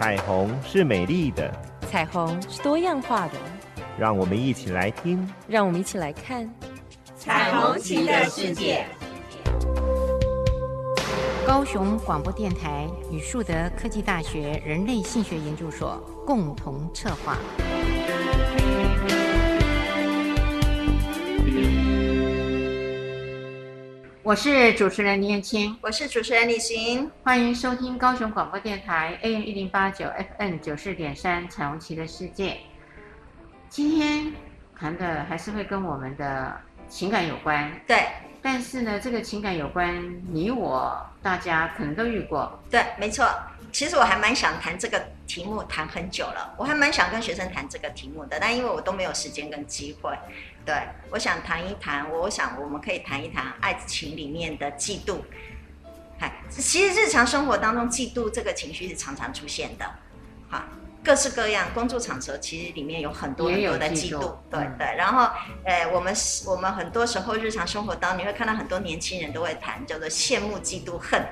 彩虹是美丽的， 彩虹是多样化的， 让我们一起来听， 让我们一起来看彩虹旗的世界。 高雄广播电台与树德科技大学人类性学研究所共同策划。我是主持人林燕青， 我是主持人李行， 欢迎收听高雄广播电台 AM1089 FM94.3 彩虹旗的世界。今天谈的还是会跟我们的情感有关， 对， 但是呢，这个情感有关，你我大家可能都遇过。 对，没错。其实我还蛮想谈这个题目，谈很久了。我还蛮想跟学生谈这个题目的，但因为我都没有时间跟机会。对，我想谈一谈，我想我们可以谈一谈爱情里面的嫉妒。其实日常生活当中，嫉妒这个情绪是常常出现的。各式各样，工作场合其实里面有很多很多的嫉妒，对对。然后，我们很多时候日常生活当中，你会看到很多年轻人都会谈叫做羡慕、嫉妒、恨。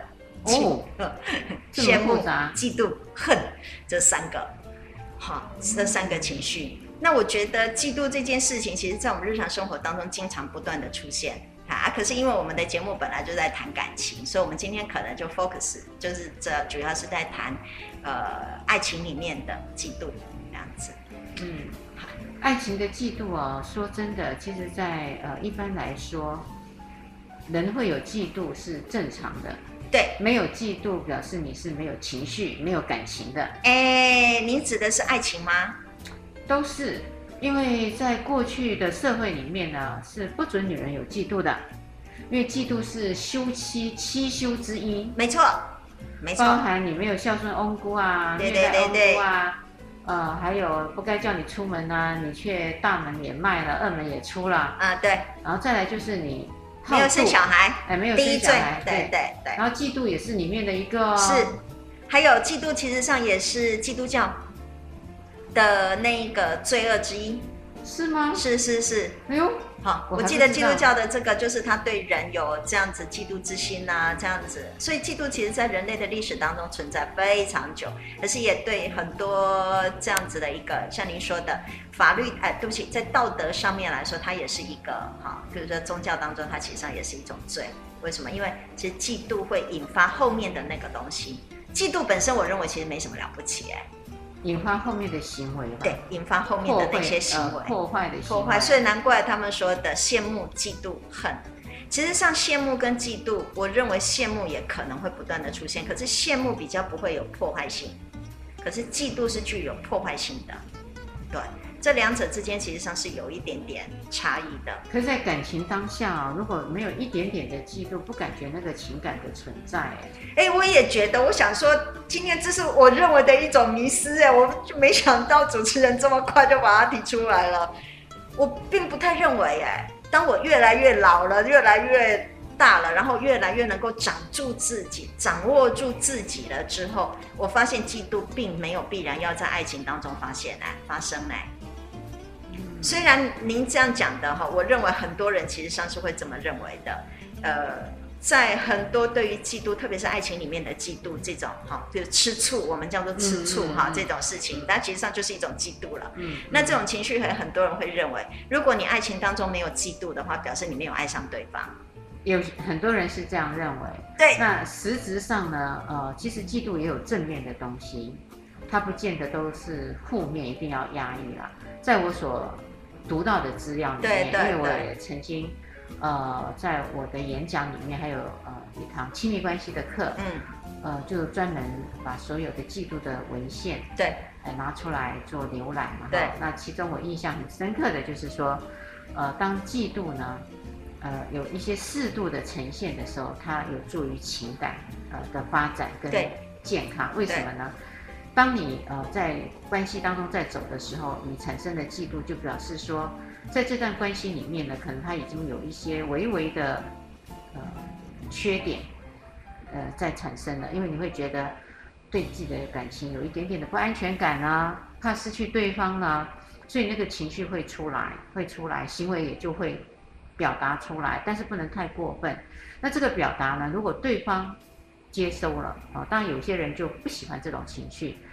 羡慕、嫉妒、恨这三个，这三个情绪。那我觉得嫉妒这件事情，其实在我们日常生活当中经常不断的出现。可是因为我们的节目本来就在谈感情，所以我们今天可能就 focus， 就是这主要是在谈爱情里面的嫉妒这样子。 爱情的嫉妒哦，说真的，其实在一般来说，人会有嫉妒是正常的。 对， 没有嫉妒表示你是没有情绪、没有感情的。 你指的是爱情吗？ 都是。因为在过去的社会里面呢，是不准女人有嫉妒的，因为嫉妒是七修之一。 没错，没错， 包含你没有孝顺翁姑啊， 对虐待翁姑啊，还有不该叫你出门啊，你却大门也迈了，二门也出了啊，对。 然后再来就是你没有生小孩， 没有生小孩， 对。 然后嫉妒也是里面的一个是，还有嫉妒其实上也是基督教的那个罪恶之一， 是吗？ 是。 哎呦， 好，我记得基督教的这个就是他对人有这样子嫉妒之心啊，这样子，所以嫉妒其实在人类的历史当中存在非常久，可是也对很多这样子的一个像您说的法律，对不起，在道德上面来说，它也是一个比如说宗教当中，它其实上也是一种罪。为什么？因为其实嫉妒会引发后面的那个东西。嫉妒本身，我认为其实没什么了不起， 引发后面的行为吧， 对，引发后面的那些行为， 破坏的行为， 所以难怪他们说的羡慕、嫉妒、恨。其实像羡慕跟嫉妒，我认为羡慕也可能会不断的出现，可是羡慕比较不会有破坏性，可是嫉妒是具有破坏性的。对，这两者之间其实上是有一点点差异的。 可是在感情当下如果没有一点点的嫉妒，不感觉那个情感的存在。 我也觉得，我想说今天这是我认为的一种迷思，我就没想到主持人这么快就把它提出来了。我并不太认为，当我越来越老了，越来越大了，然后越来越能够掌握住自己了之后，我发现嫉妒并没有必然要在爱情当中发生。虽然您这样讲的我认为很多人其实上是会这么认为的。在很多对于嫉妒，特别是爱情里面的嫉妒这种就是吃醋，我们叫做吃醋这种事情，但其实上就是一种嫉妒了。那这种情绪很多人会认为，如果你爱情当中没有嫉妒的话，表示你没有爱上对方。 有很多人是这样认为。 对。 那实质上呢，其实嫉妒也有正面的东西，它不见得都是负面，一定要压抑啦。在我所读到的资料里面，因为我也曾经在我的演讲里面还有一堂亲密关系的课，就专门把所有的嫉妒的文献拿出来做浏览嘛。 对。 那其中我印象很深刻的就是说，当嫉妒呢有一些适度的呈现的时候，它有助于情感的发展跟健康。为什么呢？当你在关系当中在走的时候，你产生的嫉妒，就表示说，在这段关系里面呢，可能它已经有一些微微的缺点在产生了，因为你会觉得对自己的感情有一点点的不安全感啊，怕失去对方啊，所以那个情绪会出来，行为也就会表达出来，但是不能太过分。那这个表达呢，如果对方接收了当然有些人就不喜欢这种情绪，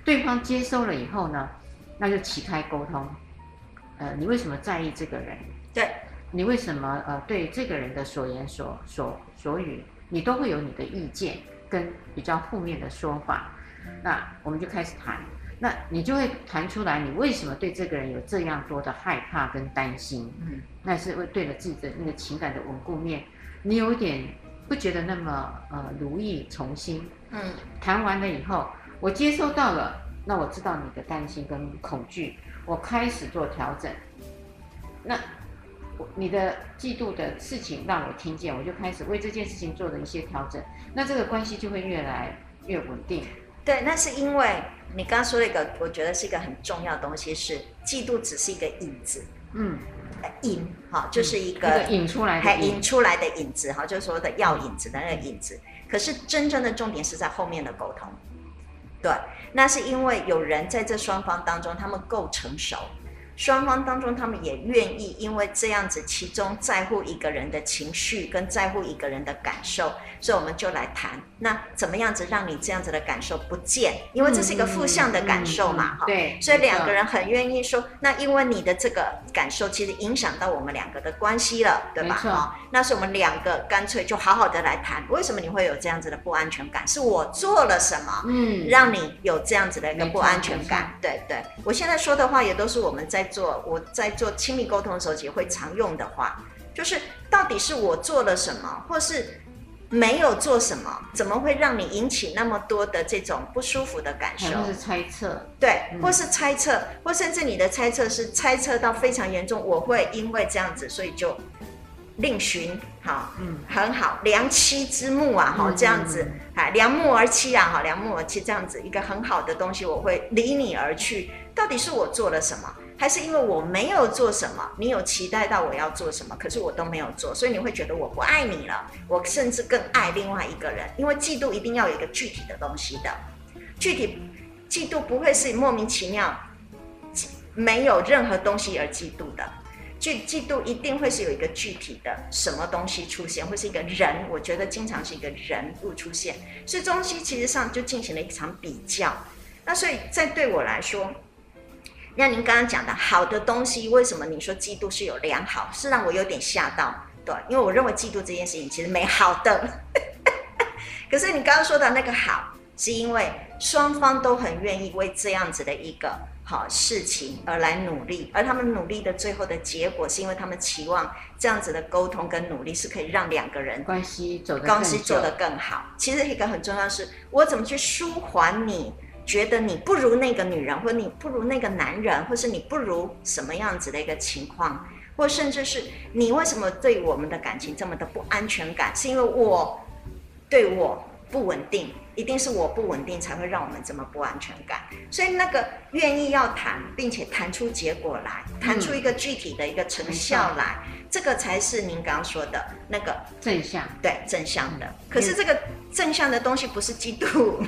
对方接收了以后呢，那就启开沟通。你为什么在意这个人？ 对， 你为什么对这个人的所言所语，你都会有你的意见跟比较负面的说法？那我们就开始谈，那你就会谈出来，你为什么对这个人有这样多的害怕跟担心？那是会对了自己的那个情感的稳固面，你有一点不觉得那么如意从心。谈完了以后，我接收到了，那我知道你的担心跟恐惧，我开始做调整。那你的嫉妒的事情让我听见，我就开始为这件事情做了一些调整，那这个关系就会越来越稳定。对， 那是因为你刚刚说了一个，我觉得是一个很重要的东西，是嫉妒只是一个影子。影就是一个引出来的引出来的影子，就是说的药引子的那个影子。可是真正的重点是在后面的沟通。对，那是因为有人在这双方当中，他们够成熟。双方当中，他们也愿意因为这样子，其中在乎一个人的情绪跟在乎一个人的感受，所以我们就来谈，那怎么样子让你这样子的感受不见？因为这是一个负向的感受嘛， 对， 所以两个人很愿意说，那因为你的这个感受其实影响到我们两个的关系了，对吧？那是我们两个干脆就好好的来谈，为什么你会有这样子的不安全感？是我做了什么，让你有这样子的一个不安全感？对对，我现在说的话也都是我在做亲密沟通的时候，其实会常用的话，就是到底是我做了什么，或是没有做什么，怎么会让你引起那么多的这种不舒服的感受？ 或是猜测， 对，或是猜测，或甚至你的猜测是猜测到非常严重，我会因为这样子，所以就另寻很好良妻之目啊，这样子，良木而栖啊，良木而栖这样子一个很好的东西，我会离你而去。到底是我做了什么，还是因为我没有做什么？你有期待到我要做什么，可是我都没有做，所以你会觉得我不爱你了。我甚至更爱另外一个人，因为嫉妒一定要有一个具体的东西的，具体嫉妒不会是莫名其妙没有任何东西而嫉妒的。嫉妒一定会是有一个具体的什么东西出现，会是一个人，我觉得经常是一个人物出现，所以东西其实上就进行了一场比较。那所以在对我来说，那您刚刚讲的好的东西，为什么你说嫉妒是有良好，是让我有点吓到。对，因为我认为嫉妒这件事情其实没好的可是你刚刚说的那个好，是因为双方都很愿意为这样子的一个好事情而来努力，而他们努力的最后的结果，是因为他们期望这样子的沟通跟努力是可以让两个人关系走得更好。其实一个很重要的是，我怎么去舒缓你觉得你不如那个女人，或你不如那个男人，或是你不如什么样子的一个情况，或甚至是你为什么对我们的感情这么的不安全感，是因为我对我不稳定，一定是我不稳定才会让我们这么不安全感。所以那个愿意要谈，并且谈出结果来，谈出一个具体的一个成效来，这个才是您刚刚说的那个正向， 对，正向的。可是这个正向的东西不是嫉妒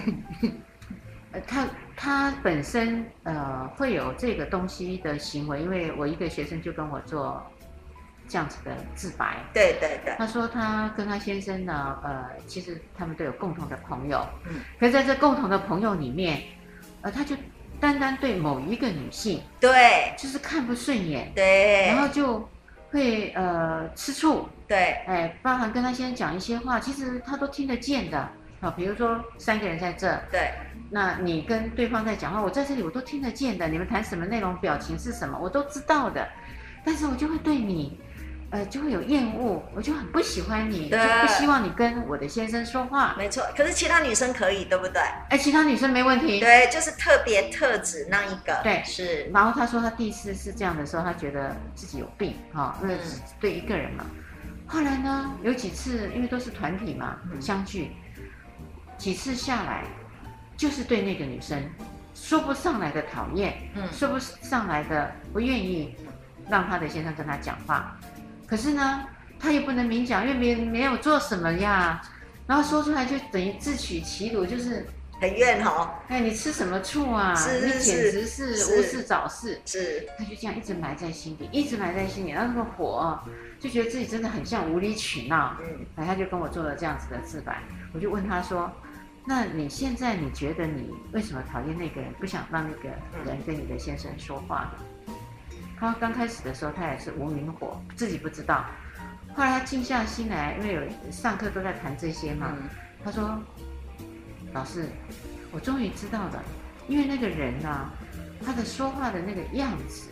他本身会有这个东西的行为，因为我一个学生就跟我做这样子的自白。 对对对， 他说他跟他先生呢，其实他们都有共同的朋友，可是在这共同的朋友里面，他就单单对某一个女性， 对， 就是看不顺眼， 对， 然后就会吃醋， 对， 包含跟他先生讲一些话，其实他都听得见的。比如说3个人在这， 对， 那你跟对方在讲话，我在这里我都听得见的，你们谈什么内容、表情是什么，我都知道的，但是我就会对你，就会有厌恶，我就很不喜欢你，就不希望你跟我的先生说话。 没错，可是其他女生可以，对不对？ 其他女生没问题。 对，就是特别特指那一个。 对， 是。 然后他说他第4次这样的时候，他觉得自己有病，因为对一个人嘛。后来呢，有几次因为都是团体嘛，相聚。几次下来，就是对那个女生说不上来的讨厌，说不上来的不愿意让他的先生跟他讲话。可是呢，他也不能明讲，因为没有做什么呀。然后说出来就等于自取其辱，就是很怨哦。 你吃什么醋啊？你简直是无事找事。 是， 他就这样一直埋在心里，一直埋在心里，然后那个火就觉得自己真的很像无理取闹。他就跟我做了这样子的自白。我就问他说， 那你现在你觉得你为什么讨厌那个人，不想让那个人跟你的先生说话呢？他刚开始的时候，他也是无名火，自己不知道。后来他静下心来，因为有上课都在谈这些嘛，他说：“老师，我终于知道了，因为那个人啊，他的说话的那个样子，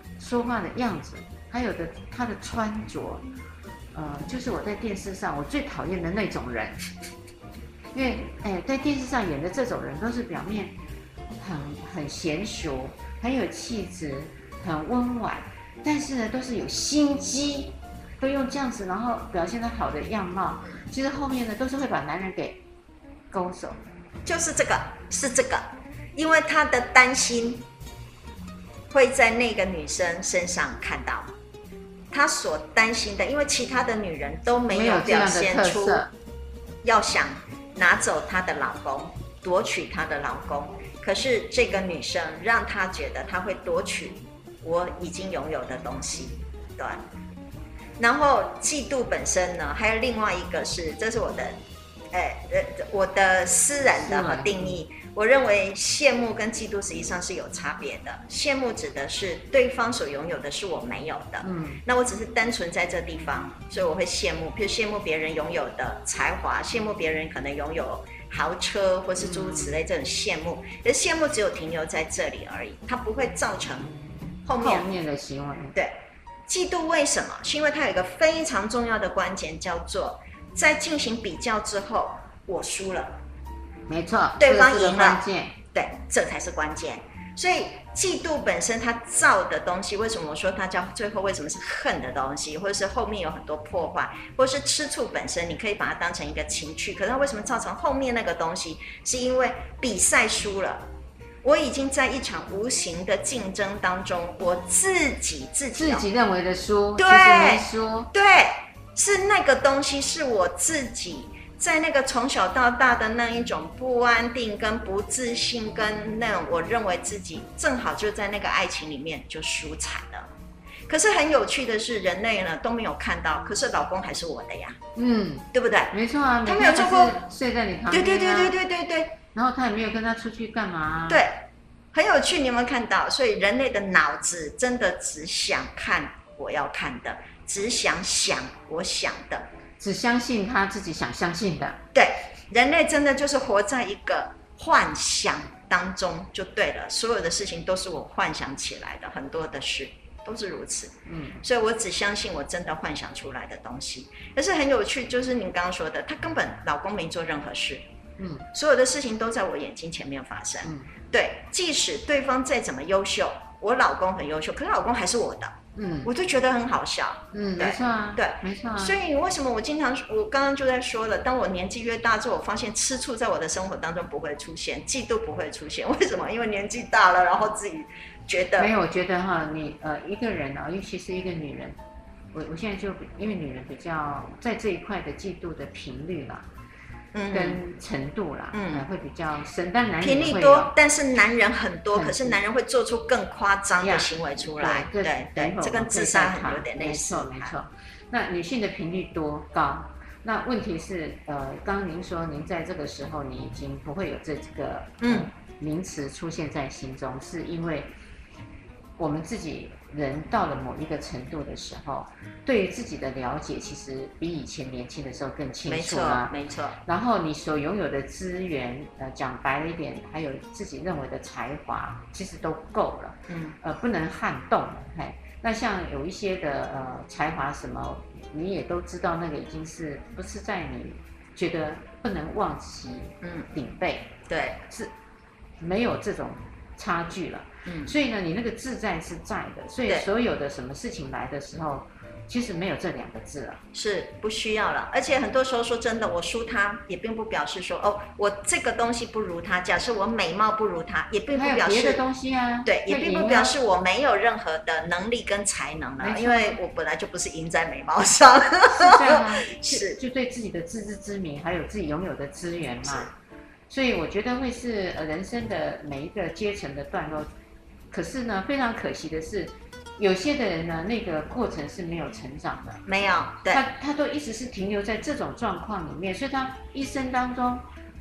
还有他的穿着，就是我在电视上我最讨厌的那种人。因为在电视上演的这种人，都是表面很娴熟，很有气质，很温婉，但是呢，都是有心机，都用这样子，然后表现得好的样貌，其实后面呢，都是会把男人给勾走。 就是这个，因为他的担心会在那个女生身上看到，他所担心的，因为其他的女人都没有表现出要想拿走她的老公，夺取她的老公，可是这个女生让他觉得他会夺取我已经拥有的东西，对。然后嫉妒本身呢，还有另外一个是，这是我的私人的定义。我认为羡慕跟嫉妒实际上是有差别的。羡慕指的是对方所拥有的是我没有的，那我只是单纯在这地方，所以我会羡慕，比如羡慕别人拥有的才华，羡慕别人可能拥有豪车或是诸如此类这种羡慕，可是羡慕只有停留在这里而已，它不会造成后面的行为。 对，嫉妒为什么？是因为它有一个非常重要的关键，叫做在进行比较之后，我输了。 没错， 对方赢了， 对， 这才是关键。所以嫉妒本身它造的东西，为什么我说它叫最后为什么是恨的东西，或者是后面有很多破坏，或者是吃醋本身，你可以把它当成一个情趣，可是它为什么造成后面那个东西，是因为比赛输了。我已经在一场无形的竞争当中，我自己认为的输， 对， 其实没输， 对，是那个东西是我自己在那个从小到大的那一种不安定跟不自信跟那种我认为自己正好就在那个爱情里面就输惨了。可是很有趣的是，人类呢都没有看到，可是老公还是我的呀，对不对？ 没错啊， 他没有做过睡在你旁边， 对， 然后他也没有跟他出去干嘛， 对，很有趣，你有没有看到？所以人类的脑子真的只想看我要看的，只想我想的。 只相信他自己想相信的。 对，人类真的就是活在一个幻想当中就对了，所有的事情都是我幻想起来的，很多的事都是如此。所以我只相信我真的幻想出来的东西。可是很有趣，就是您刚刚说的，他根本老公没做任何事，所有的事情都在我眼睛前面发生。对，即使对方再怎么优秀，我老公很优秀，可是老公还是我的。我就觉得很好笑。 没错啊， 对， 没错啊。 所以为什么我刚刚就在说了，当我年纪越大之后，我发现吃醋在我的生活当中不会出现，嫉妒不会出现。为什么？因为年纪大了，然后自己觉得没有。我觉得哈，你一个人啊，尤其是一个女人，我现在就因为女人比较在这一块的嫉妒的频率啦。跟程度啦，会比较深，但男人频率多，但是男人很多，可是男人会做出更夸张的行为出来，对，这跟自杀很有点类似， 没错。那女性的频率多高？那问题是，刚刚您说您在这个时候你已经不会有这个名词出现在心中，是因为我们自己人到了某一个程度的时候，对于自己的了解其实比以前年轻的时候更清楚了。 没错。 然后你所拥有的资源，讲白了一点，还有自己认为的才华，其实都够了。不能撼动了。那像有一些的才华什么，你也都知道，那个已经是不是在你觉得不能望其顶背？ 对， 是没有这种差距了。所以呢，你那个自在是在的，所以所有的什么事情来的时候，其实没有这两个字了， 是不需要了。而且很多时候说真的，我输他也并不表示说我这个东西不如他。假设我美貌不如他，也并不表示别的东西啊， 对，也并不表示我没有任何的能力跟才能了，因为我本来就不是赢在美貌上。 是这样啊， 是就对自己的自知之明，还有自己拥有的资源嘛。所以我觉得会是人生的每一个阶层的段落。可是呢，非常可惜的是，有些的人呢，那个过程是没有成长的， 没有，对， 他都一直是停留在这种状况里面，所以他一生当中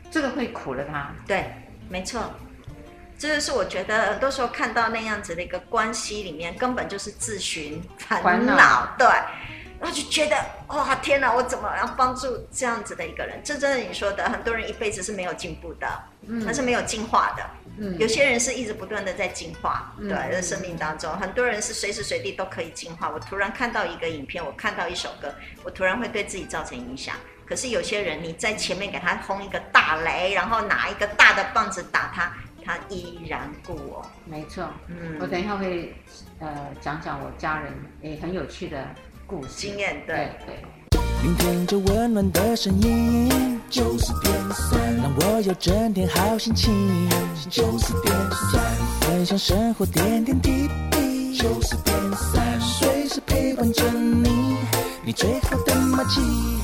这个会苦了他。 对，没错。这就是我觉得很多时候看到那样子的一个关系里面，根本就是自寻烦恼，对。然后就觉得哇，天哪，我怎么要帮助这样子的一个人？这真的你说的，很多人一辈子是没有进步的，他是没有进化的。有些人是一直不断的在进化，对，在生命当中，很多人是随时随地都可以进化。我突然看到一个影片，我看到一首歌，我突然会对自己造成影响。可是有些人，你在前面给他轰一个大雷，然后拿一个大的棒子打他，他依然故我。 没错，我等一下会讲讲我家人也很有趣的故事经验，对。 聆听着温暖的声音，90.3，让我有整天好心情。90.3，分享生活点点滴滴。90.3，随时陪伴着你，你最好的默契。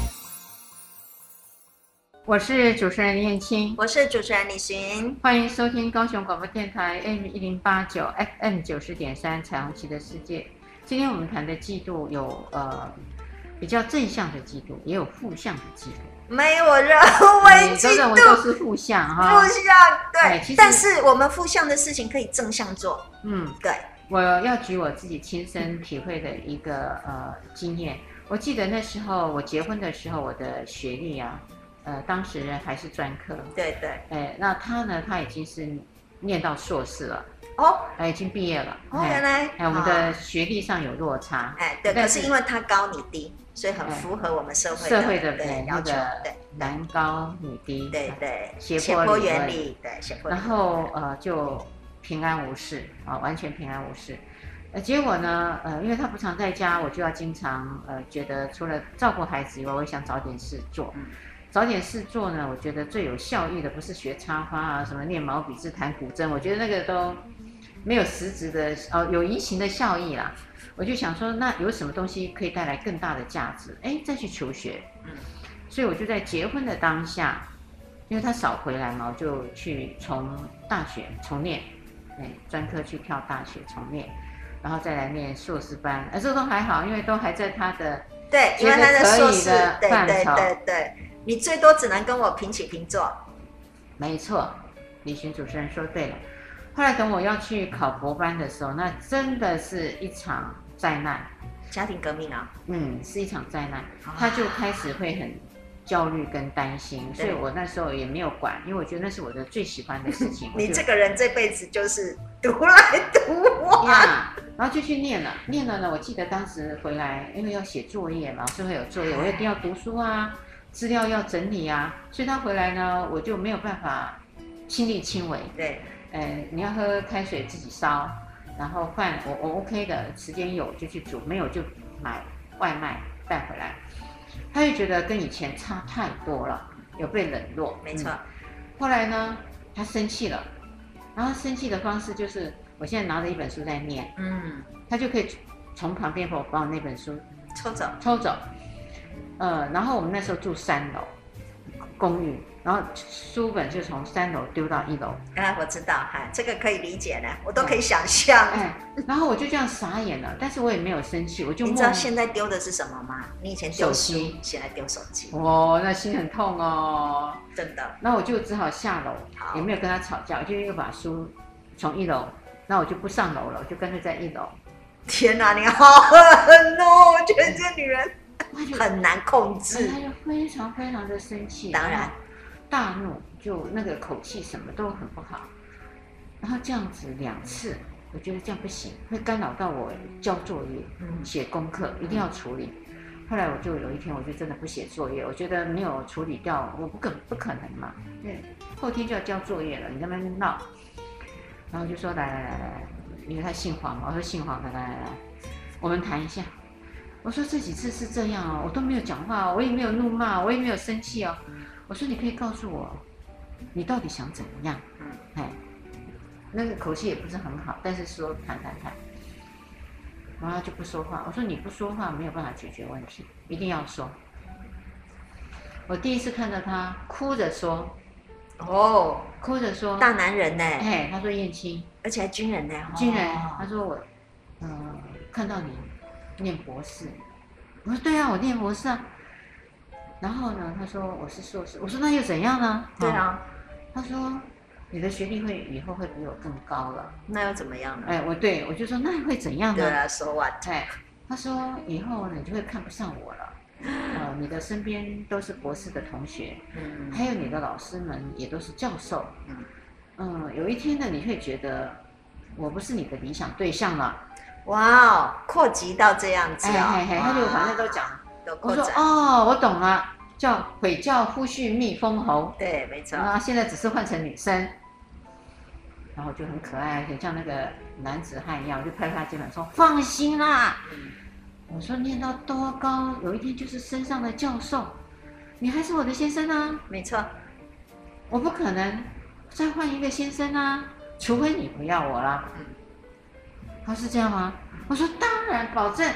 我是主持人林燕青， 我是主持人李寻， 欢迎收听高雄广播电台 AM1089 FM 90.3彩虹旗的世界。今天我们谈的嫉妒有比较正向的嫉妒，也有负向的嫉妒。 没有人为嫉妒， 都是负向哈。 负向对，但是我们负向的事情可以正向做。对。 我要举我自己亲身体会的一个经验。我记得那时候我结婚的时候，我的学历啊，当时还是专科。对。那他呢，他已经是念到硕士了。已经毕业了。 原来我们的学历上有落差。 对，可是因为他高你低，所以很符合我们社会的要求。对， 男高女低。 对， 斜坡原理。对，斜坡。 然后就平安无事完全平安无事。结果呢，因为他不常在家，我就要经常觉得除了照顾孩子以外，我也想找点事做。找点事做呢，我觉得最有效益的不是学插花啊，什么念毛笔字、弹古筝，我觉得那个都没有实质的有移情的效益啦。我就想说，那有什么东西可以带来更大的价值？再去求学。所以我就在结婚的当下，因为他少回来嘛，我就去从大学重念，专科去跳大学重念，然后再来念硕士班。这都还好，因为都还在他的对，因为他的硕士的范畴。 对，你最多只能跟我平起平坐。 没错，李寻主持人说对了。后来等我要去考博班的时候，那真的是一场灾难， 家庭革命啊。 是一场灾难。他就开始会很焦虑跟担心，所以我那时候也没有管，因为我觉得那是我的最喜欢的事情。 你这个人这辈子就是独来独往。 然后就去念了呢。我记得当时回来，因为要写作业嘛，老师会有作业，我一定要读书啊，资料要整理啊，所以他回来呢，我就没有办法亲力亲为。 对。 你要喝开水自己烧，然后饭我 OK 的，时间有就去煮，没有就买外卖带回来。他就觉得跟以前差太多了，有被冷落。 没错。 后来呢，他生气了，然后生气的方式就是我现在拿着一本书在念，他就可以从旁边把我那本书抽走。然后我们那时候住3楼公寓，然后书本就从3楼丢到1楼。 我知道，这个可以理解呢，我都可以想象。 然后我就这样傻眼了，但是我也没有生气，我就你知道现在丢的是什么吗？你以前丢书，现在丢手机。 那心很痛哦， 真的。 那我就只好下楼，也没有跟他吵架，我就又把书从1楼，那我就不上楼了，我就干脆在1楼。 天哪，你好狠哦！我觉得这女人很难控制。 他就非常非常的生气， 当然大怒，就那个口气什么都很不好。然后这样子2次，我觉得这样不行，会干扰到我交作业、写功课，一定要处理。后来我就有一天，我就真的不写作业，我觉得没有处理掉，我不可能嘛，后天就要交作业了，你在那边闹。然后就说来，因为他姓黄嘛，我说姓黄的，来，我们谈一下。我说这几次是这样哦，我都没有讲话，我也没有怒骂，我也没有生气哦。我说你可以告诉我，你到底想怎么样？那个口气也不是很好，但是说谈，然后他就不说话。我说你不说话没有办法解决问题，一定要说。我第一次看到他哭着说，哭着说， 大男人呢？ 他说燕青， 而且还军人呢， 军人。他说我，看到你念博士，我说对啊，我念博士啊。 然后呢，他说我是硕士，我说那又怎样呢？ 对啊， 他说你的学历以后会比我更高了， 那又怎么样呢？ 哎，我就说那会怎样呢？ 对啊，so what？ 哎，他说以后你就会看不上我了。你的身边都是博士的同学，还有你的老师们也都是教授，有一天呢，你会觉得我不是你的理想对象了。 哇哦，扩及到这样子他就反正都讲，我说我懂了，叫悔教夫婿蜜蜂侯， 对，没错。 现在只是换成女生，然后就很可爱，很像那个男子汉一样，我就拍他肩膀说放心啦。我说念到多高，有一天就是升上了教授，你还是我的先生啊。 没错， 我不可能再换一个先生啊，除非你不要我啦。他是这样吗？我说当然，保证。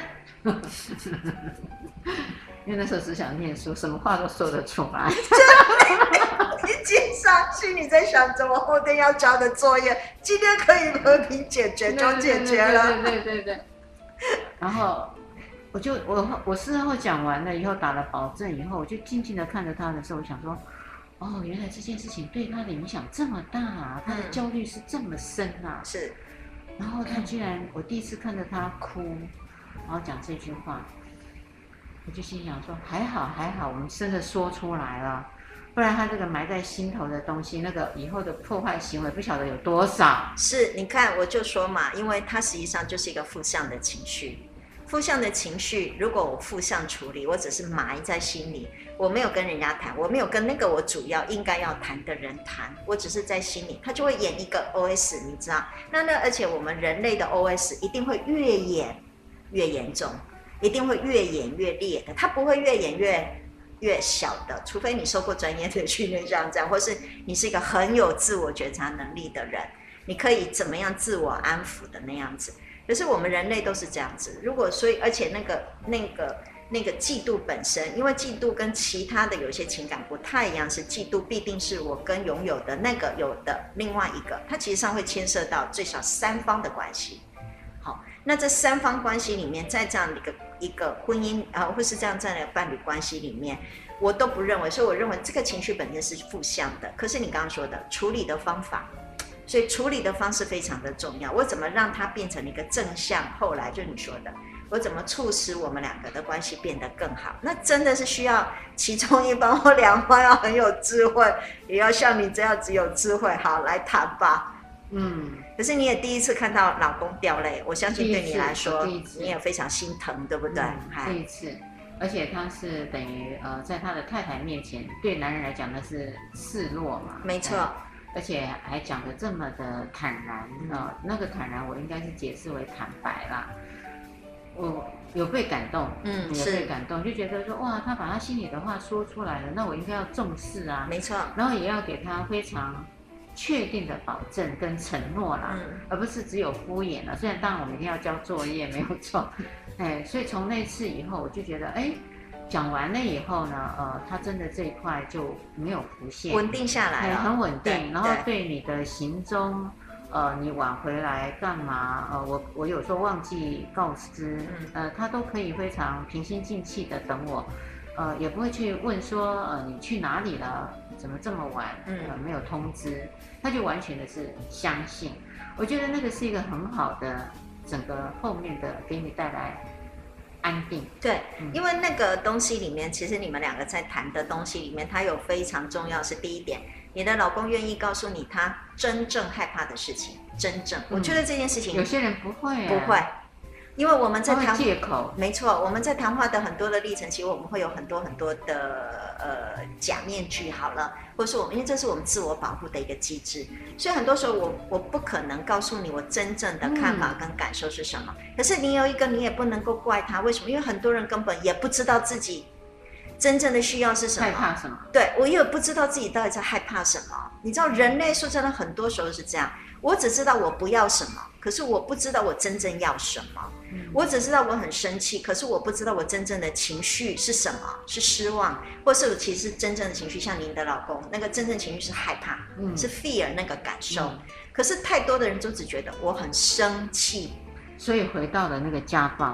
因为那时候只想念书，什么话都说得出来。 你经常心里在想着我后天要交的作业，今天可以和平解决就解决了。 对。然后我事后讲完了以后，打了保证以后，我就静静的看着他的时候，我想说，原来这件事情对他的影响这么大啊，他的焦虑是这么深啊。 是。 然后他居然，我第一次看着他哭，然后讲这句话，我就心想说，还好，我们真的说出来了，不然他这个埋在心头的东西，那个以后的破坏行为不晓得有多少。 是，你看我就说嘛，因为它实际上就是一个负向的情绪。负向的情绪，如果我负向处理，我只是埋在心里，我没有跟人家谈，我没有跟那个我主要应该要谈的人谈，我只是在心里，他就会演一个 OS， 你知道？而且我们人类的 OS 一定会越演越严重，一定会越演越烈的，它不会越演越小的，除非你受过专业的训练，像这样，或是你是一个很有自我觉察能力的人，你可以怎么样自我安抚的那样子。可是我们人类都是这样子，所以而且那个嫉妒本身，因为嫉妒跟其他的有些情感不太一样，是嫉妒必定是我跟拥有的那个有的另外一个，它其实上会牵涉到最少3方的关系。好，那这3方关系里面，在这样的一个婚姻或是这样的伴侣关系里面，我都不认为，所以我认为这个情绪本身是负向的。可是你刚刚说的处理的方法。所以处理的方式非常的重要，我怎么让它变成一个正向？后来就你说的，我怎么促使我们2个的关系变得更好？那真的是需要其中一方或2方要很有智慧，也要像你这样子有智慧。好，来谈吧。可是你也第一次看到老公掉泪，我相信对你来说，你也非常心疼，对不对？ 第一次，而且他是等于在他的太太面前，对男人来讲那是示弱嘛。 没错。 而且还讲得这么的坦然，那个坦然我应该是解释为坦白啦。我有被感动，有被感动，就觉得说哇，他把他心里的话说出来了，那我应该要重视啊。 没错。 然后也要给他非常确定的保证跟承诺啦，而不是只有敷衍了。虽然当然我们一定要交作业，没有错，所以从那次以后，我就觉得讲完了以后呢，他真的这一块就没有浮现，稳定下来了， 很稳定。然后对你的行踪，你晚回来干嘛？我有时候忘记告知，他都可以非常平心静气的等我，也不会去问说你去哪里了，怎么这么晚，没有通知，他就完全的是相信。我觉得那个是一个很好的整个后面的给你带来。安定。 对，因为那个东西里面，其实你们2个在谈的东西里面，它有非常重要是第一点，你的老公愿意告诉你他真正害怕的事情，真正，我觉得这件事情有些人不会， 不会，因为我们在谈借口， 没错，我们在谈话的很多的历程，其实我们会有很多的假面具好了，或者说因为这是我们自我保护的一个机制，所以很多时候我不可能告诉你我真正的看法跟感受是什么。可是你有一个，你也不能够怪他，为什么？因为很多人根本也不知道自己真正的需要是什么， 害怕什么？ 对，我也不知道自己到底在害怕什么。你知道，人类说真的，很多时候是这样。我只知道我不要什么，可是我不知道我真正要什么。我只知道我很生气，可是我不知道我真正的情绪是什么，是失望，或是我其实真正的情绪，像您的老公那个真正情绪是害怕，是 fear 那个感受。可是太多的人都只觉得我很生气， 所以回到了那个家暴。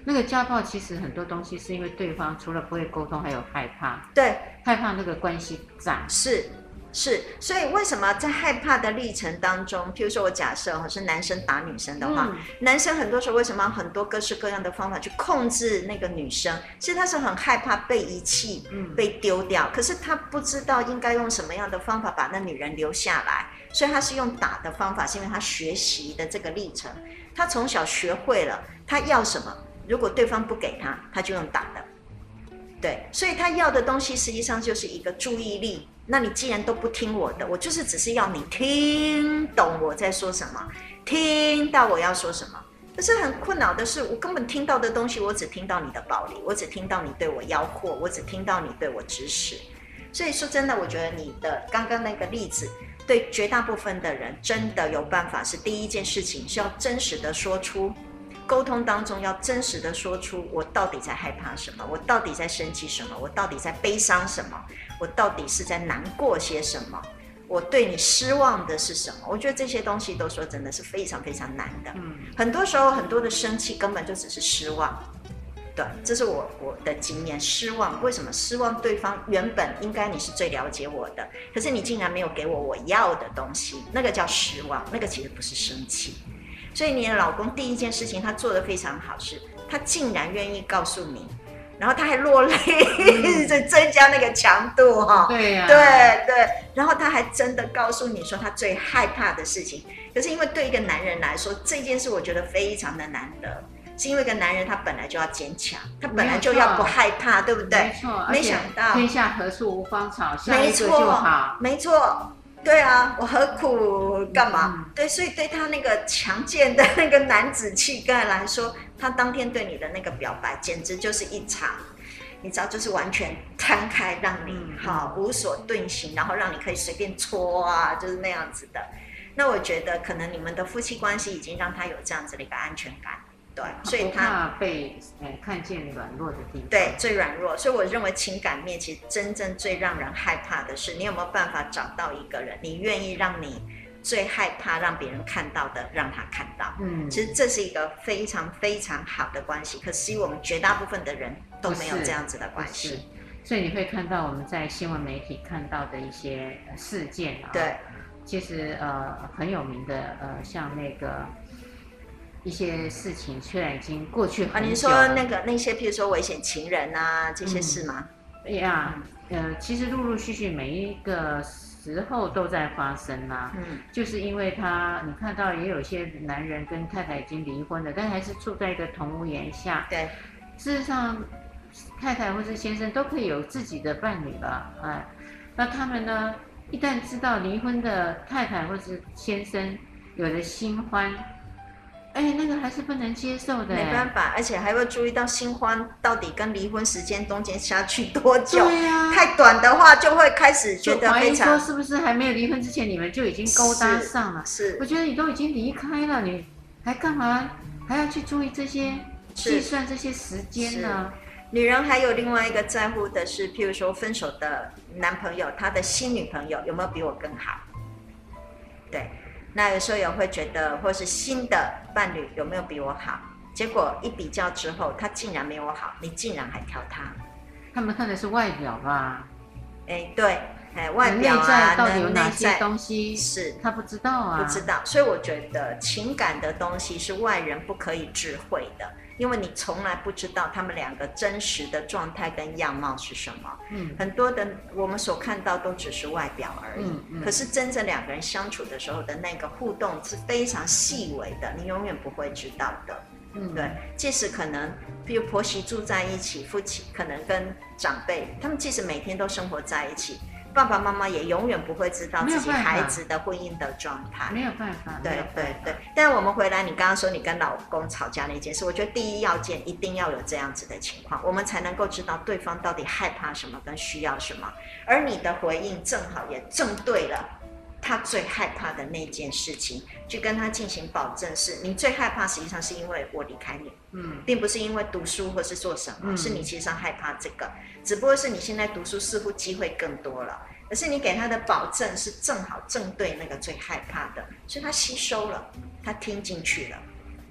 那个家暴其实很多东西是因为对方除了不会沟通，还有害怕， 对， 害怕那个关系涨。 是，所以为什么在害怕的历程当中，譬如说我假设是男生打女生的话，男生很多时候为什么很多各式各样的方法去控制那个女生？其实他是很害怕被遗弃，被丢掉，可是他不知道应该用什么样的方法把那女人留下来，所以他是用打的方法，是因为他学习的这个历程，他从小学会了他要什么，如果对方不给他，他就用打的。对，所以他要的东西实际上就是一个注意力。那你既然都不听我的，我就是只是要你听懂我在说什么，听到我要说什么。可是很困扰的是，我根本听到的东西，我只听到你的暴力，我只听到你对我吆喝，我只听到你对我指使。所以说真的，我觉得你的刚刚那个例子，对绝大部分的人真的有办法是第一件事情是要真实的说出。沟通当中要真实的说出我到底在害怕什么，我到底在生气什么，我到底在悲伤什么，我到底是在难过些什么，我对你失望的是什么。我觉得这些东西都说真的是非常非常难的。很多时候很多的生气根本就只是失望。对，这是我的经验。失望，为什么失望？对方原本应该你是最了解我的，可是你竟然没有给我要的东西，那个叫失望，那个其实不是生气。所以你的老公第一件事情他做得非常好，是他竟然愿意告诉你，然后他还落泪，增加那个强度哈。 对呀， 对，然后他还真的告诉你说他最害怕的事情。可是因为对一个男人来说，这件事我觉得非常的难得，是因为一个男人他本来就要坚强，他本来就要不害怕，对不对？ 没错， 没想到天下何处无芳草，下一个就好。 没错。对啊，我何苦干嘛？对，所以对他那个强健的那个男子气概来说，他当天对你的那个表白，简直就是一场，你知道，就是完全摊开，让你无所遁形，然后让你可以随便戳啊，就是那样子的。那我觉得可能你们的夫妻关系已经让他有这样子的一个安全感。对，所以他不怕被看见软弱的地方。 对，最软弱。所以我认为情感面其实真正最让人害怕的是，你有没有办法找到一个人，你愿意让你最害怕让别人看到的，让他看到。其实这是一个非常非常好的关系。可惜我们绝大部分的人都没有这样子的关系。 所以你会看到我们在新闻媒体看到的一些事件啊， 对， 其实很有名的像那个。一些事情虽然已经过去很久了， 你说那些，譬如说危险情人啊这些事吗？ 其实陆陆续续每一个时候都在发生啊。就是因为你看到也有一些男人跟太太已经离婚了，但还是住在一个同屋檐下。 对， 事实上，太太或是先生都可以有自己的伴侣了，那他们呢，一旦知道离婚的太太或是先生有了新欢。那个还是不能接受的。没办法，而且还会注意到新欢到底跟离婚时间中间下去多久。 对呀， 太短的话就会开始觉得非常。 怀疑说是不是还没有离婚之前你们就已经勾搭上了？ 是， 我觉得你都已经离开了，你还干嘛还要去注意这些计算这些时间呢？ 女人还有另外一个在乎的是，譬如说分手的男朋友，他的新女朋友有没有比我更好？对。那有时候也会觉得，或是新的伴侣有没有比我好？结果一比较之后，他竟然没我好，你竟然还挑他。 他们看的是外表吧？ 对，外表啊， 到底有哪些东西是他不知道啊？ 不知道，所以我觉得情感的东西是外人不可以智慧的，因为你从来不知道他们两个真实的状态跟样貌是什么。很多的我们所看到都只是外表而已。可是真正两个人相处的时候的那个互动是非常细微的，你永远不会知道的。对，即使可能比如婆媳住在一起，夫妻可能跟长辈他们即使每天都生活在一起，爸爸妈妈也永远不会知道自己孩子的婚姻的状态。 没有办法。 对。但我们回来，你刚刚说你跟老公吵架那件事，我觉得第一要件一定要有这样子的情况，我们才能够知道对方到底害怕什么跟需要什么，而你的回应正好也正对了他最害怕的那件事情，去跟他进行保证，是你最害怕实际上是因为我离开你，并不是因为读书或是做什么，是你其实上害怕这个，只不过是你现在读书似乎机会更多了，可是你给他的保证是正好正对那个最害怕的，所以他吸收了，他听进去了。对，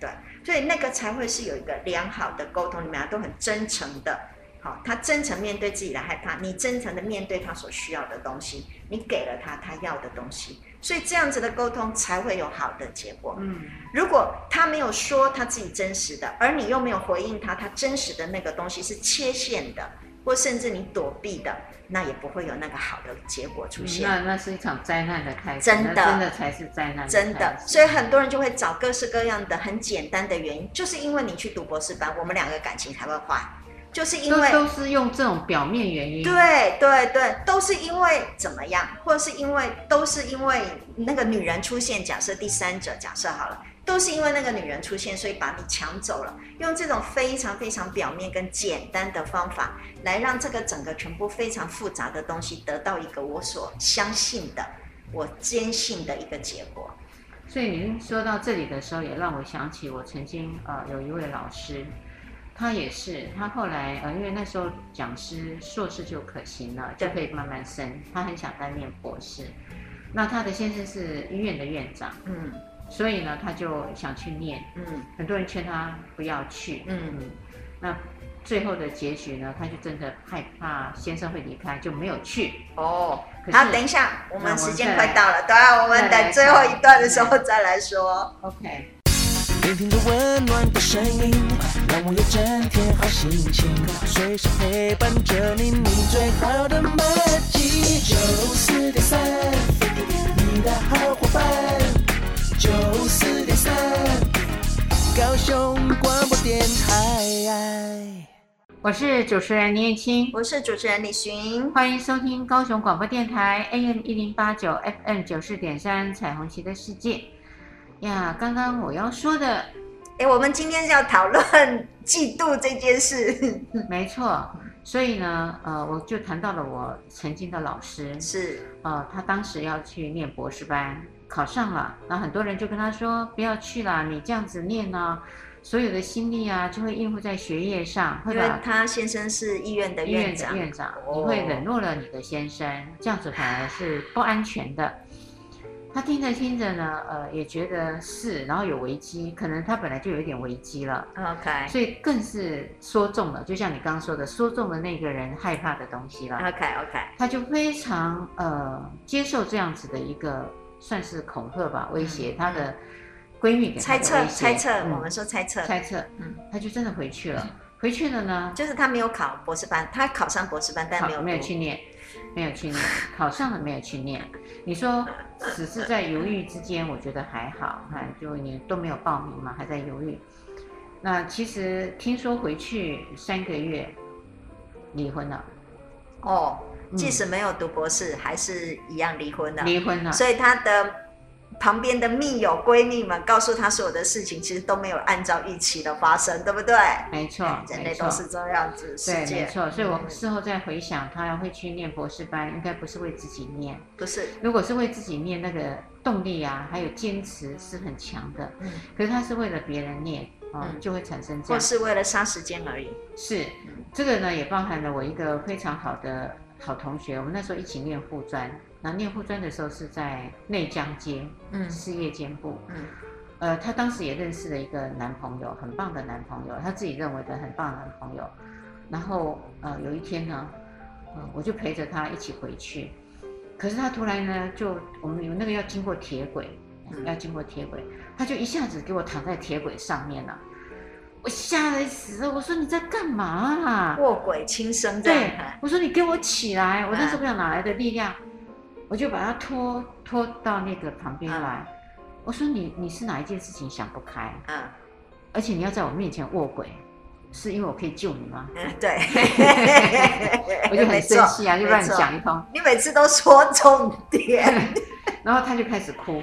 所以那个才会是有一个良好的沟通，你们俩都很真诚的。好，他真诚面对自己的害怕，你真诚的面对他所需要的东西，你给了他要的东西，所以这样子的沟通才会有好的结果。如果他没有说他自己真实的，而你又没有回应他真实的那个东西是切线的，或甚至你躲避的，那也不会有那个好的结果出现。 那是一场灾难的开始， 真的才是灾难的开始。 真的，所以很多人就会找各式各样的很简单的原因，就是因为你去读博士班，我们两个感情才会坏。就是因为都是用这种表面原因， 对，都是因为怎么样，或者是都是因为那个女人出现，假设第三者，假设好了，都是因为那个女人出现，所以把你抢走了。用这种非常非常表面跟简单的方法，来让这个整个全部非常复杂的东西得到一个我所相信的、我坚信的一个结果。 所以您说到这里的时候，也让我想起我曾经有一位老师。他也是，他后来因为那时候讲师硕士就可行了，就可以慢慢升。他很想再念博士，那他的先生是医院的院长，所以呢他就想去念，很多人劝他不要去，那最后的结局呢，他就真的害怕先生会离开，就没有去。 好，等一下，我们时间快到了，对啊，我们等最后一段的时候再来说。 OK。 聆听着温暖的声音，让我有整天好心情，随时陪伴着你，你最好的默契。94.3，你的好伙伴。94.3，高雄广播电台。 我是主持人倪燕青， 我是主持人李寻， 欢迎收听高雄广播电台 AM 1089 FM 94.3彩虹旗的世界。呀，刚刚我要说的， 我们今天是要讨论嫉妒这件事。 没错，所以呢，我就谈到了我曾经的老师， 是， 他当时要去念博士班，考上了，然后很多人就跟他说，不要去啦，你这样子念呢，所有的心力啊，就会应付在学业上， 因为他先生是医院的院长， 你会冷落了你的先生，这样子反而是不安全的。他听着听着呢，也觉得是，然后有危机，可能他本来就有一点危机了 ，OK， 所以更是说中了，就像你刚刚说的，说中了那个人害怕的东西了 ，OK， 他就非常接受这样子的一个算是恐吓吧，威胁他的闺蜜给他的威胁， 猜测，我们说猜测， 他就真的回去了，回去了呢， 就是他没有考博士班，他考上博士班，但没有去念， 考上了没有去念。你说只是在犹豫之间，我觉得还好，就你都没有报名嘛，还在犹豫。那其实听说回去3个月离婚了。 即使没有读博士，还是一样离婚了。 离婚了。 所以他的旁边的密友闺蜜们告诉他所有的事情，其实都没有按照预期的发生，对不对？ 没错， 人类都是这样子，世界。 对，没错。所以我事后再回想，他要会去念博士班，应该不是为自己念， 不是。 如果是为自己念，那个动力啊，还有坚持是很强的。可是他是为了别人念，就会产生这样。 或是为了杀时间而已。 是，这个呢也包含了我一个非常好的好同学，我们那时候一起念护专。那念护专的时候是在内江街，事业监部，他当时也认识了一个男朋友，很棒的男朋友，他自己认为的很棒的男朋友。然后有一天呢，我就陪着他一起回去，可是他突然呢，我们有那个要经过铁轨，他就一下子给我躺在铁轨上面了。我吓得死了，我说你在干嘛啊？ 卧轨轻生的。 对，我说你给我起来，我那时候不知道哪来的力量。我就把他拖到那个旁边来，我说你是哪一件事情想不开？而且你要在我面前卧轨，是因为我可以救你吗？ 对， 我就很生气啊，就乱讲一通。 你每次都说重点， 然后他就开始哭，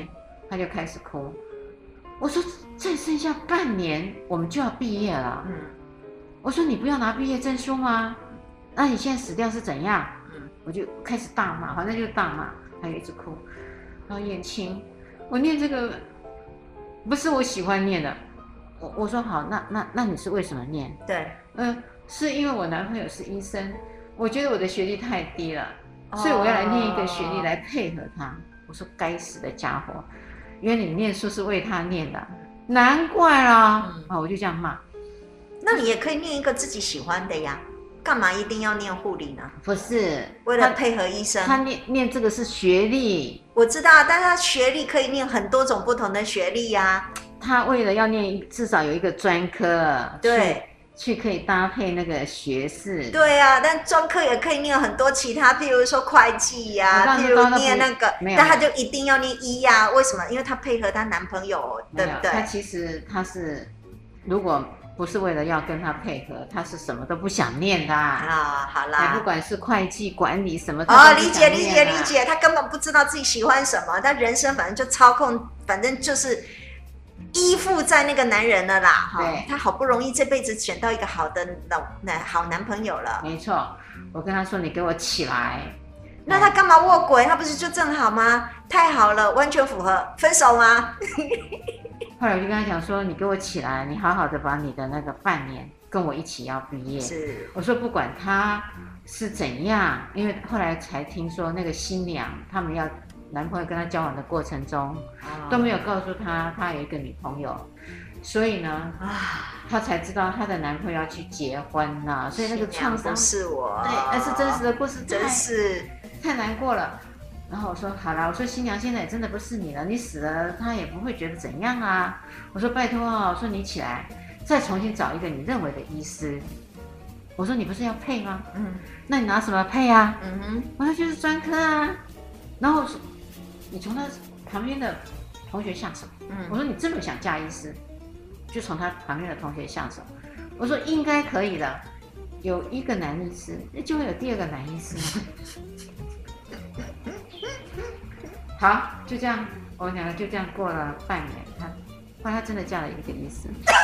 我说再剩下半年我们就要毕业了，我说你不要拿毕业证书吗？那你现在死掉是怎样？我就开始大骂，好像就是大骂，还有一直哭。然后燕青，我念这个不是我喜欢念的。我说好，那你是为什么念？ 对， 是因为我男朋友是医生，我觉得我的学历太低了，所以我要来念一个学历来配合他。我说该死的家伙，原来你念书是为他念的， 难怪啦，我就这样骂。 那你也可以念一个自己喜欢的呀，干嘛一定要念护理呢？ 不是为了配合医生。 他念这个是学历， 我知道，但是他学历可以念很多种不同的学历呀。 他为了要念至少有一个专科， 对， 去可以搭配那个学士。 对啊，但专科也可以念很多其他，譬如说会计呀，譬如念那个，但他就一定要念医呀？为什么？因为他配合她男朋友，对不对？ 他其实他是如果不是为了要跟他配合，他是什么都不想念的啊。好啦， 不管是会计管理什么， 理解，他根本不知道自己喜欢什么，他人生反正就操控，反正就是依附在那个男人了啦。 对， 他好不容易这辈子选到一个好的好男朋友了。 没错，我跟他说你给我起来， 那他干嘛卧轨？他不是就正好吗？太好了，完全符合，分手吗？ 后来我就跟他讲说，你给我起来，你好好的把你的那个半年跟我一起要毕业。 是， 我说不管他是怎样，因为后来才听说那个新娘他们要男朋友跟他交往的过程中，都没有告诉他有一个女朋友，所以呢，他才知道他的男朋友要去结婚了，所以那个创伤是我， 对，那是真实的故事， 真是太难过了。然后我说好啦，我说新娘现在也真的不是你了，你死了他也不会觉得怎样啊。我说拜托啊，我说你起来，再重新找一个你认为的医师。我说你不是要配吗？那你拿什么配啊？我说就是专科啊。然后我说你从他旁边的同学下手。我说你这么想嫁医师，就从他旁边的同学下手。我说应该可以的，有一个男医师，就会有第二个男医师。好，就这样，我们两个就这样过了半年。后来他真的嫁了一个医师，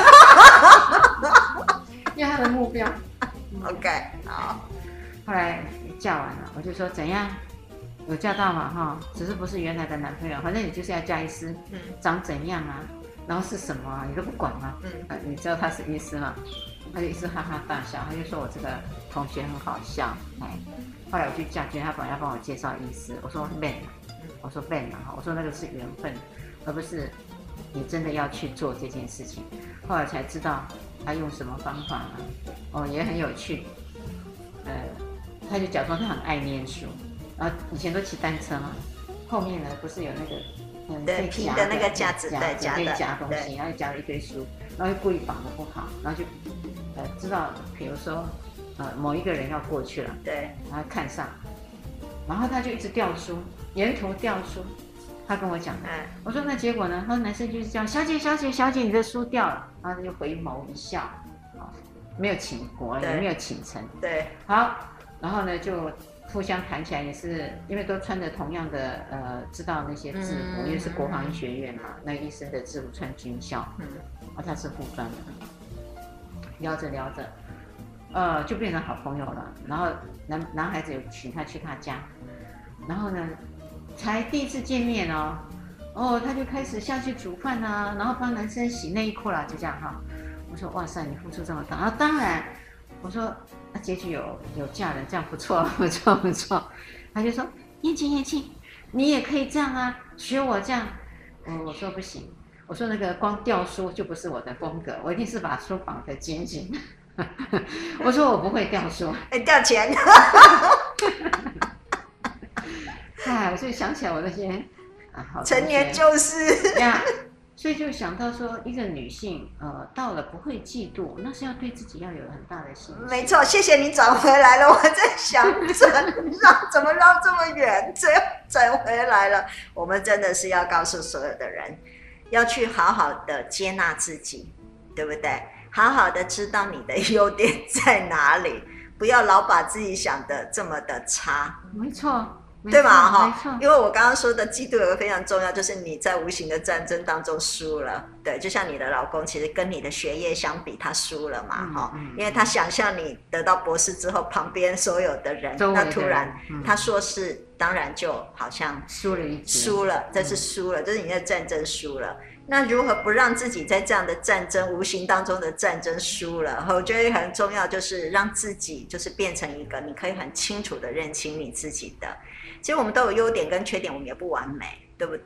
因为他的目标。 OK， 好。 后来嫁完了，我就说怎样，有嫁到嘛哈？只是不是原来的男朋友，反正你就是要嫁医师，长怎样啊，然后是什么啊，你都不管吗？你知道他是医师吗？他就一直哈哈大笑，他就说我这个同学很好笑。后来我去嫁君，他本来要帮我介绍医师，我说 man。我说 Ben 啊，我说那个是缘分，而不是你真的要去做这件事情。后来才知道他用什么方法呢？也很有趣。他就假装他很爱念书，然后以前都骑单车嘛，后面呢不是有那个对平的那个架子，对可以夹东西，然后就夹了一堆书，然后就故意绑得不好，然后就知道，比如说某一个人要过去了， 对， 然后看上，然后他就一直掉书。沿途掉书，他跟我讲的。我说那结果呢？他说男生就是这样，小姐，你的书掉了。然后他就回眸一笑，没有请国，也没有请成。 对， 好，然后呢就互相谈起来，也是因为都穿着同样的知道那些制服，因为是国防医学院嘛，那个医生的制服穿军校，他是护专的。聊着，就变成好朋友了。然后男孩子有请他去他家，然后呢。才第一次见面他就开始下去煮饭啊，然后帮男生洗内裤啦，就这样哈。我说哇塞，你付出这么大，当然，我说结局有嫁人，这样不错。他就说燕青，你也可以这样啊，学我这样。我说不行，我说那个光掉书就不是我的风格，我一定是把书绑得紧紧。我说我不会掉书， 掉钱。 我就想起来我那些成年就是呀，所以就想到说，一个女性到了不会嫉妒，那是要对自己要有很大的信心。 没错，谢谢你转回来了，我在想怎么绕这么远，这样转回来了。我们真的是要告诉所有的人，要去好好的接纳自己，对不对？好好的知道你的优点在哪里，不要老把自己想的这么的差。 没错。 对吧？因为我刚刚说的嫉妒有个非常重要，就是你在无形的战争当中输了。对，就像你的老公，其实跟你的学业相比，他输了嘛，因为他想象你得到博士之后，旁边所有的人，那突然他硕士，当然就好像输了，这是输了，这是你的战争输了。那如何不让自己在这样的战争无形当中的战争输了？我觉得很重要，就是让自己就是变成一个你可以很清楚的认清你自己的。其实我们都有优点跟缺点，我们也不完美，对不对？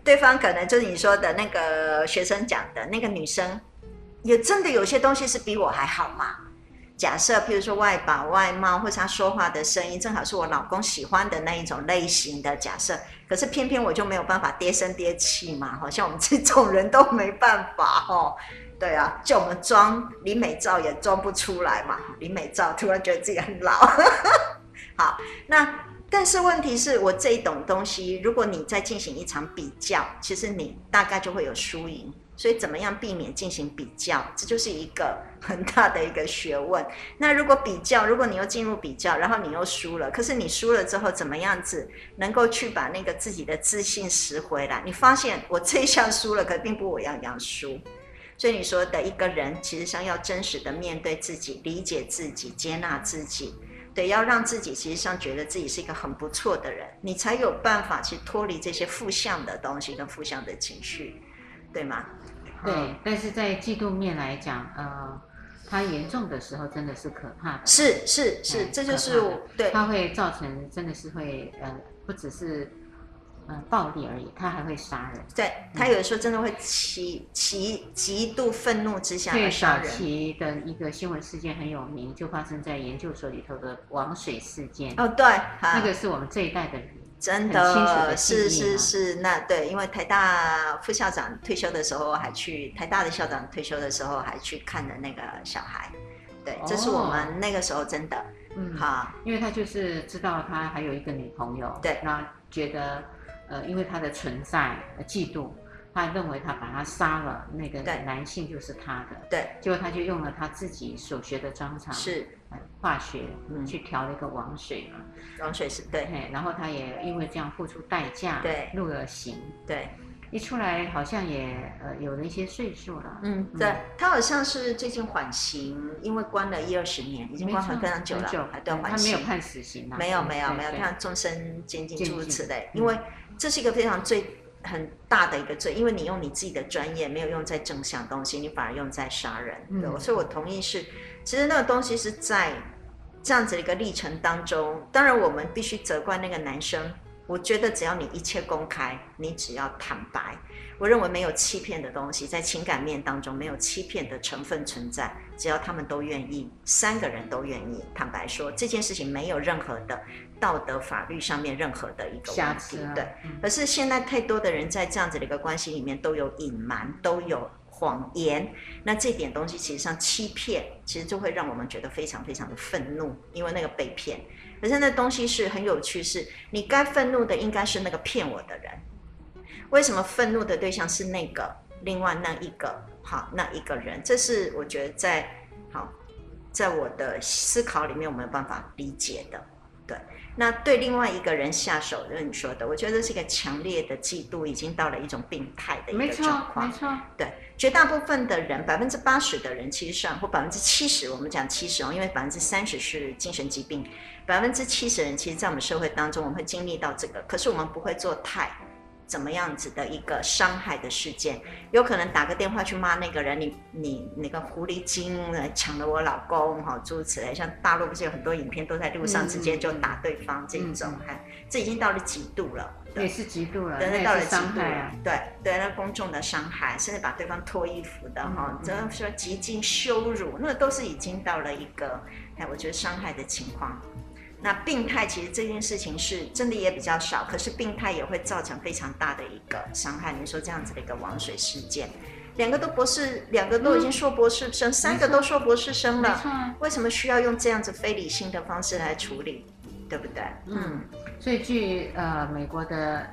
对方可能就是你说的那个学生讲的那个女生，也真的有些东西是比我还好嘛。假设譬如说外表外貌，或是他说话的声音正好是我老公喜欢的那一种类型的假设，可是偏偏我就没有办法跌声跌气嘛，好像我们这种人都没办法哦。对啊，就我们装李美照也装不出来嘛，李美照突然觉得自己很老。好，那但是问题是我这一种东西，如果你再进行一场比较，其实你大概就会有输赢。所以怎么样避免进行比较，这就是一个很大的一个学问。那如果比较，如果你又进入比较，然后你又输了，可是你输了之后怎么样子能够去把那个自己的自信拾回来？你发现我这一项输了，可并不我样样输。所以你说的一个人其实上要真实的面对自己，理解自己，接纳自己，对，要让自己其实上觉得自己是一个很不错的人，你才有办法去脱离这些负向的东西跟负向的情绪，对吗？ 对，但是在嫉妒面来讲，它严重的时候真的是可怕的。 是，这就是对， 它会造成真的是会不只是暴力而已，它还会杀人。 对，他有的时候真的会极度愤怒之下而杀人。 早期的一个新闻事件很有名，就发生在研究所里头的王水事件。 哦，对， 那个是我们这一代的人。 真的是，那对，因为台大副校长退休的时候还去，台大的校长退休的时候还去看的那个小孩，对，这是我们那个时候真的，好， 因为他就是知道他还有一个女朋友， 对， 那觉得因为他的存在嫉妒，他认为他把他杀了，那个男性就是他的， 对， 结果他就用了他自己所学的专长是化学去调了一个王水嘛， 王水是对， 然后他也因为这样付出代价， 对， 入了刑， 对， 一出来好像也有了一些岁数了， 对，他好像是最近缓刑，因为关了10-20年，已经关很非常久了，还对缓刑， 他没有判死刑啊， 没有，他终身监禁诸如此类，因为这是一个非常很大的一个罪，因为你用你自己的专业没有用在正向东西，你反而用在杀人，对，所以我同意是，其实那个东西是在这样子的一个历程当中，当然我们必须责怪那个男生，我觉得只要你一切公开，你只要坦白，我认为没有欺骗的东西，在情感面当中没有欺骗的成分存在，只要他们都愿意，3个人都愿意坦白说这件事情没有任何的道德法律上面任何的一个问题，对。可是现在太多的人在这样子的一个关系里面都有隐瞒，都有谎言，那这点东西其实上欺骗，其实就会让我们觉得非常非常的愤怒，因为那个被骗。可是那东西是很有趣，是你该愤怒的应该是那个骗我的人，为什么愤怒的对象是那个另外那一个人？这是我觉得在我的思考里面我没有办法理解的。对，那对另外一个人下手，就是你说的，我觉得这是一个强烈的嫉妒，已经到了一种病态的一个状况。 没错。 对，绝大部分的人，80%的人其实上，或70%，我们讲70%，因为30%是精神疾病，70%人其实在我们社会当中，我们会经历到这个，可是我们不会做太怎么样子的一个伤害的事件，有可能打个电话去骂那个人，你那个狐狸精抢了我老公，诸如此类。像大陆不是有很多影片都在路上直接就打对方这种，这已经到了极度了， 也是极度了， 对，到了极度了， 对，那公众的伤害，甚至把对方脱衣服的这样说极尽羞辱，那都是已经到了一个我觉得伤害的情况。那病态其实这件事情是真的也比较少，可是病态也会造成非常大的一个伤害。你说这样子的一个王水事件，2个都博士，2个都已经硕博士生，3个都硕博士生了，为什么需要用这样子非理性的方式来处理，对不对？ 所以据美国的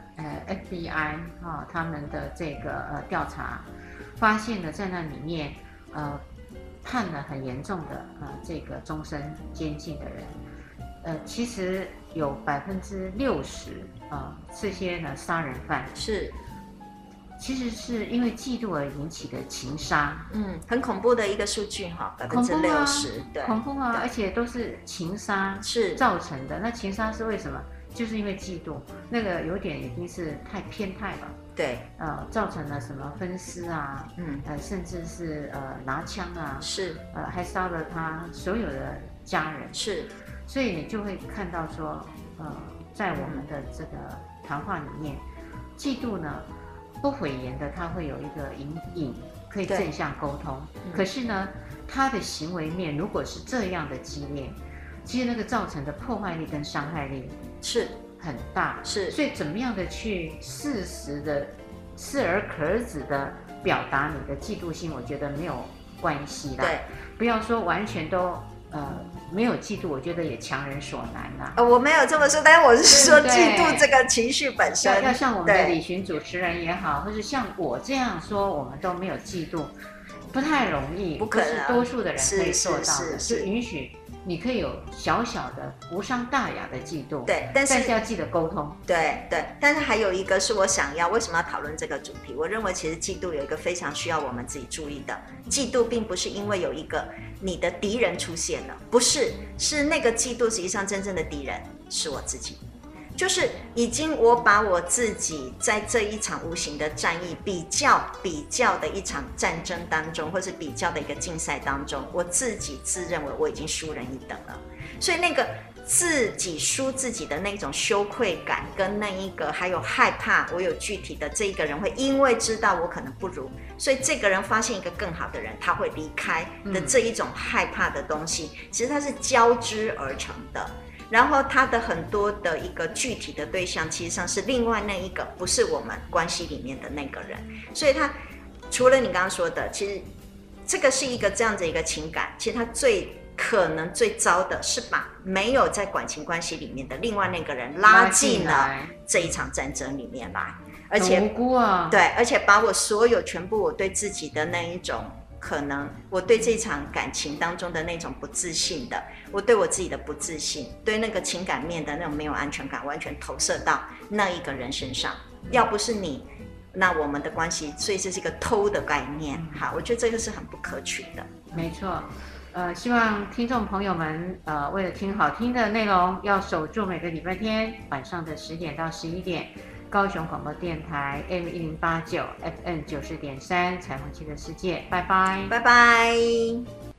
FBI 他们的这个调查发现了，在那里面判了很严重的这个终身监禁的人。其实有60%这些呢杀人犯其实是因为嫉妒而引起的情杀， 很恐怖的一个数据60%，对， 恐怖啊，而且都是情杀造成的。那情杀是为什么？就是因为嫉妒，那个有点已经是太偏态了， 对， 造成了什么分尸啊，甚至是拿枪啊，还杀了他所有的家人，所以你就会看到说，在我们的这个谈话里面，嫉妒呢， 不讳言的，他会有一个引可以正向沟通。可是呢，他的行为面如果是这样的激烈，其实那个造成的破坏力跟伤害力是很大。 是， 所以怎么样的去适而可止的表达你的嫉妒心，我觉得没有关系啦。 对， 不要说完全都没有嫉妒，我觉得也强人所难啦。 我没有这么说，但是我是说对嫉妒这个情绪本身， 要像我们的李寻主持人也好，或者像我这样说，我们都没有嫉妒，不太容易， 不可能， 是多数的人可以做到的， 是就允许你可以有小小的无伤大雅的嫉妒， 对，但是要记得沟通， 对，但是还有一个是我想要，为什么要讨论这个主题？我认为其实嫉妒有一个非常需要我们自己注意的，嫉妒并不是因为有一个你的敌人出现了，不是，是那个嫉妒实际上真正的敌人是我自己。就是已经我把我自己在这一场无形的战役比较的一场战争当中，或是比较的一个竞赛当中，我自己自认为我已经输人一等了，所以那个自己输自己的那种羞愧感跟那一个还有害怕，我有具体的这一个人会因为知道我可能不如，所以这个人发现一个更好的人他会离开的这一种害怕的东西，其实它是交织而成的。然后他的很多的一个具体的对象，其实上是另外那一个，不是我们关系里面的那个人。所以他除了你刚刚说的，其实这个是一个这样子一个情感，其实他最可能最糟的是把没有在感情关系里面的另外那个人拉进了这一场战争里面来，而且无辜啊， 对，而且把我所有全部我对自己的那一种。可能我对这场感情当中的那种不自信的，我对我自己的不自信，对那个情感面的那种没有安全感，完全投射到那一个人身上。要不是你，那我们的关系，所以这是一个偷的概念。好，我觉得这个是很不可取的。 没错，希望听众朋友们，为了听好听的内容，要守住每个礼拜天晚上的10点到11点。高雄广播电台 AM1089 FM90.3 彩虹旗的世界，拜拜， 拜拜。